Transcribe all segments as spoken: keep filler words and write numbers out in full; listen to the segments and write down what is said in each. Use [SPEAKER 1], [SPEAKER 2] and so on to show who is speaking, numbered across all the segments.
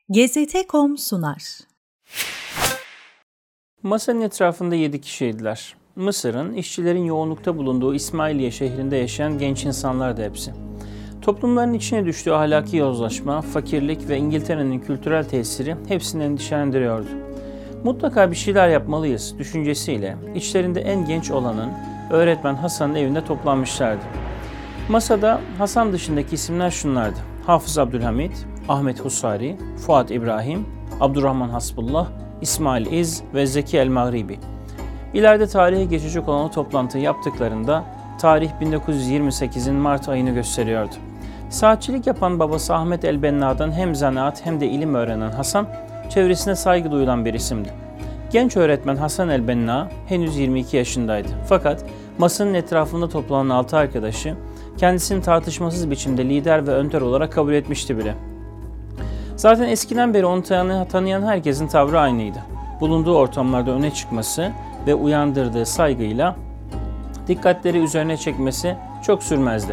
[SPEAKER 1] G Z T nokta com sunar.
[SPEAKER 2] Masanın etrafında yedi kişiydiler. Mısır'ın, işçilerin yoğunlukta bulunduğu İsmailiye şehrinde yaşayan genç insanlardı hepsi. Toplumların içine düştüğü ahlaki yozlaşma, fakirlik ve İngiltere'nin kültürel tesiri hepsini endişelendiriyordu. Mutlaka bir şeyler yapmalıyız düşüncesiyle içlerinde en genç olanın, öğretmen Hasan'ın evinde toplanmışlardı. Masada Hasan dışındaki isimler şunlardı: Hafız Abdülhamid, Ahmet Husari, Fuat İbrahim, Abdurrahman Hasbullah, İsmail İz ve Zeki El-Mağribi. İleride tarihe geçecek olan o toplantıyı yaptıklarında tarih bin dokuz yüz yirmi sekizin Mart ayını gösteriyordu. Saatçilik yapan babası Ahmet El-Benna'dan hem zanaat hem de ilim öğrenen Hasan, çevresine saygı duyulan bir isimdi. Genç öğretmen Hasan El-Benna henüz yirmi iki yaşındaydı. Fakat masanın etrafında toplanan altı arkadaşı kendisini tartışmasız biçimde lider ve önder olarak kabul etmişti bile. Zaten eskiden beri onu tanıyan herkesin tavrı aynıydı. Bulunduğu ortamlarda öne çıkması ve uyandırdığı saygıyla dikkatleri üzerine çekmesi çok sürmezdi.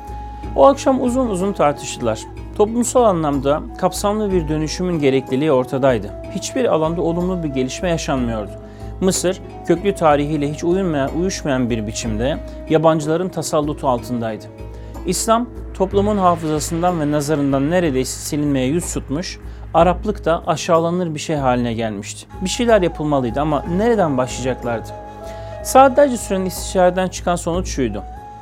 [SPEAKER 2] O akşam uzun uzun tartıştılar. Toplumsal anlamda kapsamlı bir dönüşümün gerekliliği ortadaydı. Hiçbir alanda olumlu bir gelişme yaşanmıyordu. Mısır, köklü tarihiyle hiç uyuşmayan, uyuşmayan bir biçimde yabancıların tasallutu altındaydı. İslam, toplumun hafızasından ve nazarından neredeyse silinmeye yüz tutmuş, Araplık da aşağılanır bir şey haline gelmişti. Bir şeyler yapılmalıydı ama nereden başlayacaklardı? Saatlerce süren istişareden çıkan sonuç şuydu: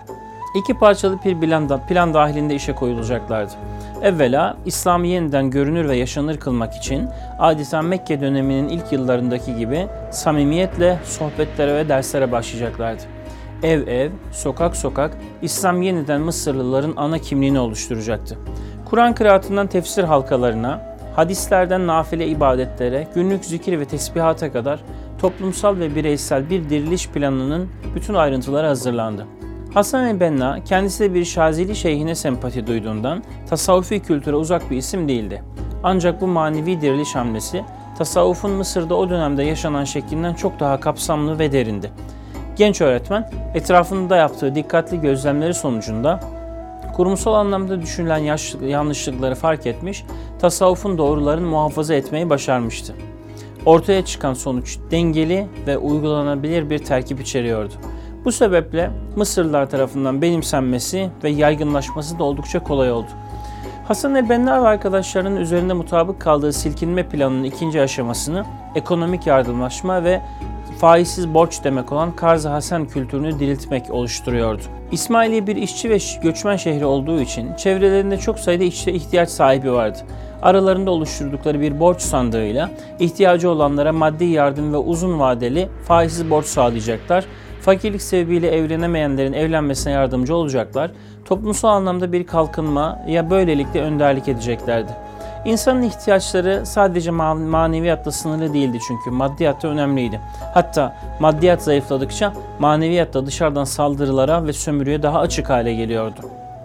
[SPEAKER 2] İki parçalı bir plan, plan dahilinde işe koyulacaklardı. Evvela İslam'ı yeniden görünür ve yaşanır kılmak için adeta Mekke döneminin ilk yıllarındaki gibi samimiyetle sohbetlere ve derslere başlayacaklardı. Ev ev, sokak sokak İslam yeniden Mısırlıların ana kimliğini oluşturacaktı. Kur'an kıraatından tefsir halkalarına, hadislerden nafile ibadetlere, günlük zikir ve tesbihata kadar toplumsal ve bireysel bir diriliş planının bütün ayrıntıları hazırlandı. Hasan el-Benna kendisi de bir Şazili şeyhine sempati duyduğundan tasavvufi kültüre uzak bir isim değildi. Ancak bu manevi diriliş hamlesi tasavvufun Mısır'da o dönemde yaşanan şeklinden çok daha kapsamlı ve derindi. Genç öğretmen etrafında yaptığı dikkatli gözlemleri sonucunda kurumsal anlamda düşünülen yanlışlıkları fark etmiş, tasavvufun doğrularını muhafaza etmeyi başarmıştı. Ortaya çıkan sonuç dengeli ve uygulanabilir bir terkip içeriyordu. Bu sebeple Mısırlılar tarafından benimsenmesi ve yaygınlaşması da oldukça kolay oldu. Hasan el-Benna ve arkadaşlarının üzerinde mutabık kaldığı silkinme planının ikinci aşamasını ekonomik yardımlaşma ve faizsiz borç demek olan Karz-ı Hasen kültürünü diriltmek oluşturuyordu. İsmailiye bir işçi ve göçmen şehri olduğu için çevrelerinde çok sayıda işçi ihtiyaç sahibi vardı. Aralarında oluşturdukları bir borç sandığıyla ihtiyacı olanlara maddi yardım ve uzun vadeli faizsiz borç sağlayacaklar. Fakirlik sebebiyle evlenemeyenlerin evlenmesine yardımcı olacaklar. Toplumsal anlamda bir kalkınma ya böylelikle önderlik edeceklerdi. İnsanın ihtiyaçları sadece maneviyatla sınırlı değildi çünkü maddiyat da önemliydi. Hatta maddiyat zayıfladıkça maneviyat da dışarıdan saldırılara ve sömürüye daha açık hale geliyordu.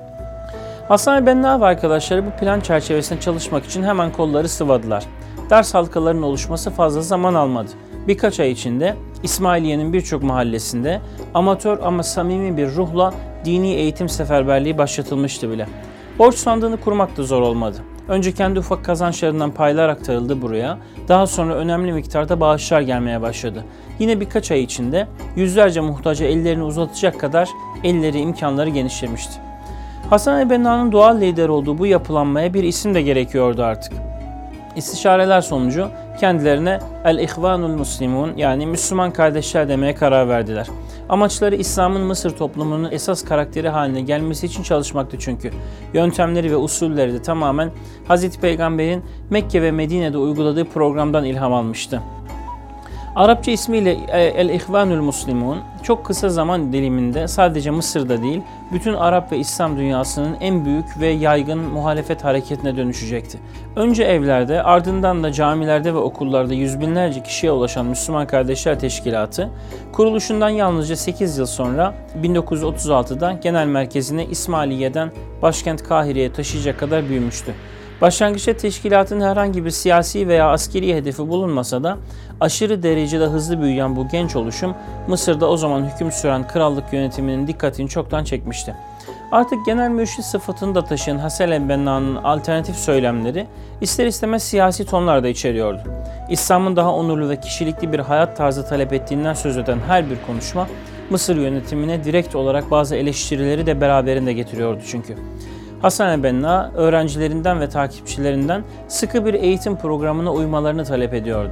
[SPEAKER 2] Hasan el-Benna ve arkadaşları bu plan çerçevesinde çalışmak için hemen kolları sıvadılar. Ders halkalarının oluşması fazla zaman almadı. Birkaç ay içinde İsmailiye'nin birçok mahallesinde amatör ama samimi bir ruhla dini eğitim seferberliği başlatılmıştı bile. Borç sandığını kurmak da zor olmadı. Önce kendi ufak kazançlarından paylar aktarıldı buraya, daha sonra önemli miktarda bağışlar gelmeye başladı. Yine birkaç ay içinde yüzlerce muhtaca ellerini uzatacak kadar elleri, imkanları genişlemişti. Hasan el-Benna'nın doğal lider olduğu bu yapılanmaya bir isim de gerekiyordu artık. İstişareler sonucu kendilerine El-İhvanul Muslimun yani Müslüman kardeşler demeye karar verdiler. Amaçları İslam'ın Mısır toplumunun esas karakteri haline gelmesi için çalışmaktı çünkü. Yöntemleri ve usulleri de tamamen Hazreti Peygamber'in Mekke ve Medine'de uyguladığı programdan ilham almıştı. Arapça ismiyle El-İhvanul Muslimun çok kısa zaman diliminde sadece Mısır'da değil, bütün Arap ve İslam dünyasının en büyük ve yaygın muhalefet hareketine dönüşecekti. Önce evlerde, ardından da camilerde ve okullarda yüz binlerce kişiye ulaşan Müslüman Kardeşler Teşkilatı, kuruluşundan yalnızca sekiz yıl sonra bin dokuz yüz otuz altıda genel merkezini İsmailiye'den başkent Kahire'ye taşıyacak kadar büyümüştü. Başlangıçta teşkilatın herhangi bir siyasi veya askeri hedefi bulunmasa da aşırı derecede hızlı büyüyen bu genç oluşum Mısır'da o zaman hüküm süren krallık yönetiminin dikkatini çoktan çekmişti. Artık genel mürşit sıfatını da taşıyan Hasan el-Benna'nın alternatif söylemleri ister istemez siyasi tonlar da içeriyordu. İslam'ın daha onurlu ve kişilikli bir hayat tarzı talep ettiğinden söz eden her bir konuşma Mısır yönetimine direkt olarak bazı eleştirileri de beraberinde getiriyordu çünkü. Hasan el-Benna öğrencilerinden ve takipçilerinden sıkı bir eğitim programına uymalarını talep ediyordu.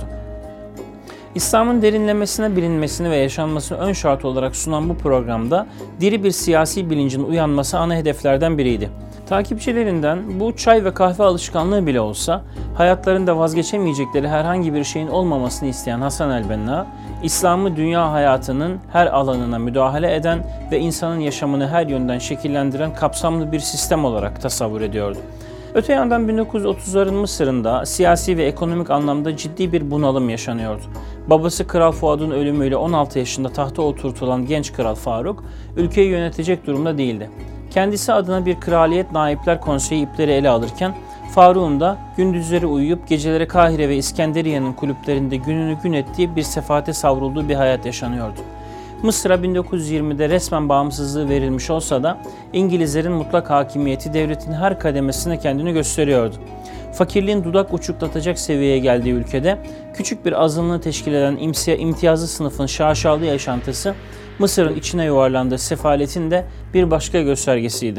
[SPEAKER 2] İslam'ın derinlemesine bilinmesini ve yaşanmasını ön şart olarak sunan bu programda diri bir siyasi bilincin uyanması ana hedeflerden biriydi. Takipçilerinden bu çay ve kahve alışkanlığı bile olsa hayatlarında vazgeçemeyecekleri herhangi bir şeyin olmamasını isteyen Hasan el-Benna, İslam'ı dünya hayatının her alanına müdahale eden ve insanın yaşamını her yönden şekillendiren kapsamlı bir sistem olarak tasavvur ediyordu. Öte yandan bin dokuz yüz otuzların Mısır'ında siyasi ve ekonomik anlamda ciddi bir bunalım yaşanıyordu. Babası Kral Fuad'ın ölümüyle on altı yaşında tahta oturtulan genç Kral Faruk, ülkeyi yönetecek durumda değildi. Kendisi adına bir Kraliyet Naipler Konseyi ipleri ele alırken, Faruk'un da gündüzleri uyuyup geceleri Kahire ve İskenderiye'nin kulüplerinde gününü gün ettiği bir sefaate savrulduğu bir hayat yaşanıyordu. Mısır'a bin dokuz yüz yirmide resmen bağımsızlığı verilmiş olsa da İngilizlerin mutlak hakimiyeti devletin her kademesine kendini gösteriyordu. Fakirliğin dudak uçuklatacak seviyeye geldiği ülkede küçük bir azınlığı teşkil eden imtiyazlı sınıfın şaşalı yaşantısı Mısır'ın içine yuvarlandığı sefaletin de bir başka göstergesiydi.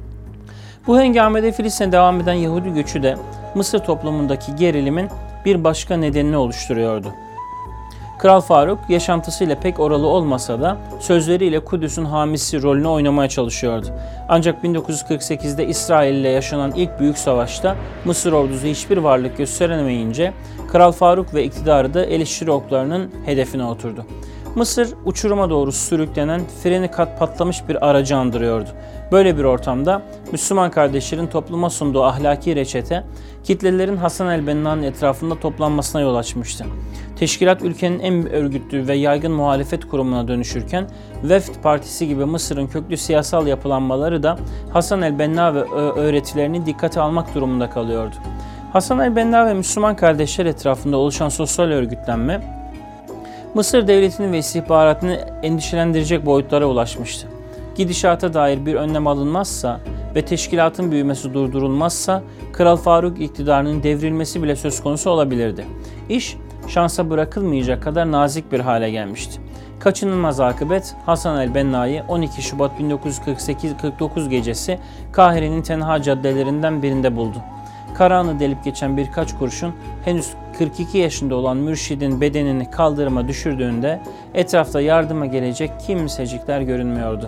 [SPEAKER 2] Bu hengamede Filistin'e devam eden Yahudi göçü de Mısır toplumundaki gerilimin bir başka nedenini oluşturuyordu. Kral Faruk yaşantısıyla pek oralı olmasa da sözleriyle Kudüs'ün hamisi rolünü oynamaya çalışıyordu. Ancak bin dokuz yüz kırk sekizde İsrail ile yaşanan ilk büyük savaşta Mısır ordusu hiçbir varlık gösteremeyince Kral Faruk ve iktidarı da eleştiri oklarının hedefine oturdu. Mısır uçuruma doğru sürüklenen, freni kat patlamış bir aracı andırıyordu. Böyle bir ortamda Müslüman kardeşlerin topluma sunduğu ahlaki reçete, kitlelerin Hasan el-Benna'nın etrafında toplanmasına yol açmıştı. Teşkilat ülkenin en örgütlü ve yaygın muhalefet kurumuna dönüşürken, Vefd Partisi gibi Mısır'ın köklü siyasal yapılanmaları da Hasan el-Benna ve öğretilerini dikkate almak durumunda kalıyordu. Hasan el-Benna ve Müslüman kardeşler etrafında oluşan sosyal örgütlenme, Mısır devletinin ve istihbaratını endişelendirecek boyutlara ulaşmıştı. Gidişata dair bir önlem alınmazsa ve teşkilatın büyümesi durdurulmazsa Kral Faruk iktidarının devrilmesi bile söz konusu olabilirdi. İş şansa bırakılmayacak kadar nazik bir hale gelmişti. Kaçınılmaz akıbet Hasan el-Benna'yı on iki Şubat bin dokuz yüz kırk sekiz kırk dokuz gecesi Kahire'nin tenha caddelerinden birinde buldu. Karanı delip geçen birkaç kurşun henüz kırk iki yaşında olan mürşidin bedenini kaldırıma düşürdüğünde etrafta yardıma gelecek kimsecikler görünmüyordu.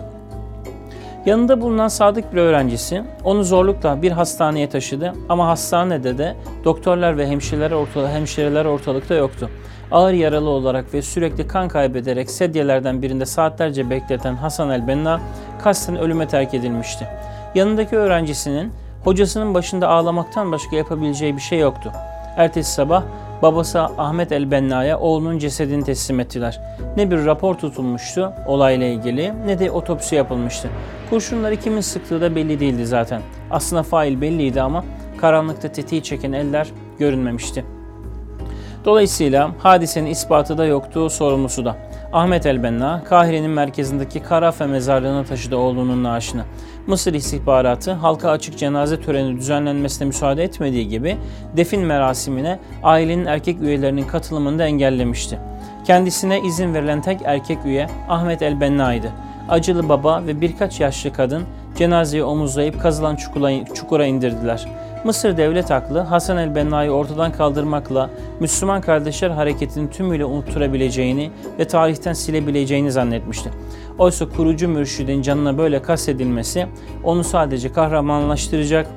[SPEAKER 2] Yanında bulunan sadık bir öğrencisi onu zorlukla bir hastaneye taşıdı ama hastanede de doktorlar ve hemşireler, ortalık, hemşireler ortalıkta yoktu. Ağır yaralı olarak ve sürekli kan kaybederek sedyelerden birinde saatlerce bekleten Hasan el-Benna kasten ölüme terk edilmişti. Yanındaki öğrencisinin hocasının başında ağlamaktan başka yapabileceği bir şey yoktu. Ertesi sabah babası Ahmet el-Benna'ya oğlunun cesedini teslim ettiler. Ne bir rapor tutulmuştu olayla ilgili ne de otopsi yapılmıştı. Kurşunları kimin sıktığı da belli değildi zaten. Aslında fail belliydi ama karanlıkta tetiği çeken eller görünmemişti. Dolayısıyla hadisenin ispatı da yoktu, sorumlusu da. Ahmet el-Benna, Kahire'nin merkezindeki Karafe mezarlığına taşıdı oğlunun naaşını. Mısır istihbaratı halka açık cenaze töreni düzenlenmesine müsaade etmediği gibi defin merasimine ailenin erkek üyelerinin katılımını da engellemişti. Kendisine izin verilen tek erkek üye Ahmet el-Benna'ydı. Acılı baba ve birkaç yaşlı kadın cenazeyi omuzlayıp kazılan çukura indirdiler. Mısır devlet aklı Hasan el-Benna'yı ortadan kaldırmakla Müslüman Kardeşler Hareketi'ni tümüyle unutturabileceğini ve tarihten silebileceğini zannetmişti. Oysa kurucu mürşidin canına böyle kastedilmesi onu sadece kahramanlaştıracak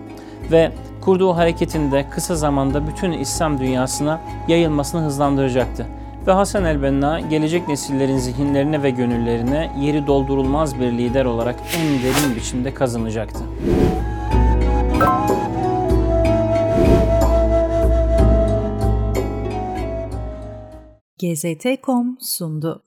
[SPEAKER 2] ve kurduğu hareketin de kısa zamanda bütün İslam dünyasına yayılmasını hızlandıracaktı. Ve Hasan el-Benna gelecek nesillerin zihinlerine ve gönüllerine yeri doldurulmaz bir lider olarak en derin biçimde kazanacaktı.
[SPEAKER 1] G Z T nokta com sundu.